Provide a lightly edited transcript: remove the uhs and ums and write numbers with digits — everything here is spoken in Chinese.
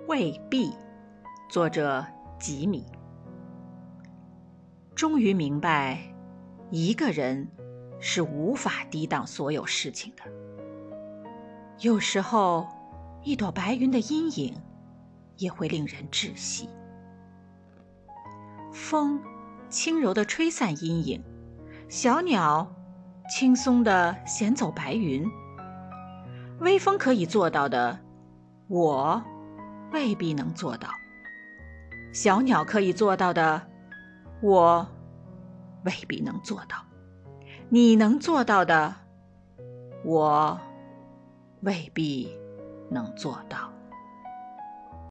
未必，作者吉米。终于明白，一个人是无法抵挡所有事情的。有时候，一朵白云的阴影也会令人窒息。风轻柔地吹散阴影，小鸟轻松地衔走白云。微风可以做到的，我未必能做到；小鸟可以做到的，我未必能做到；你能做到的，我未必能做到。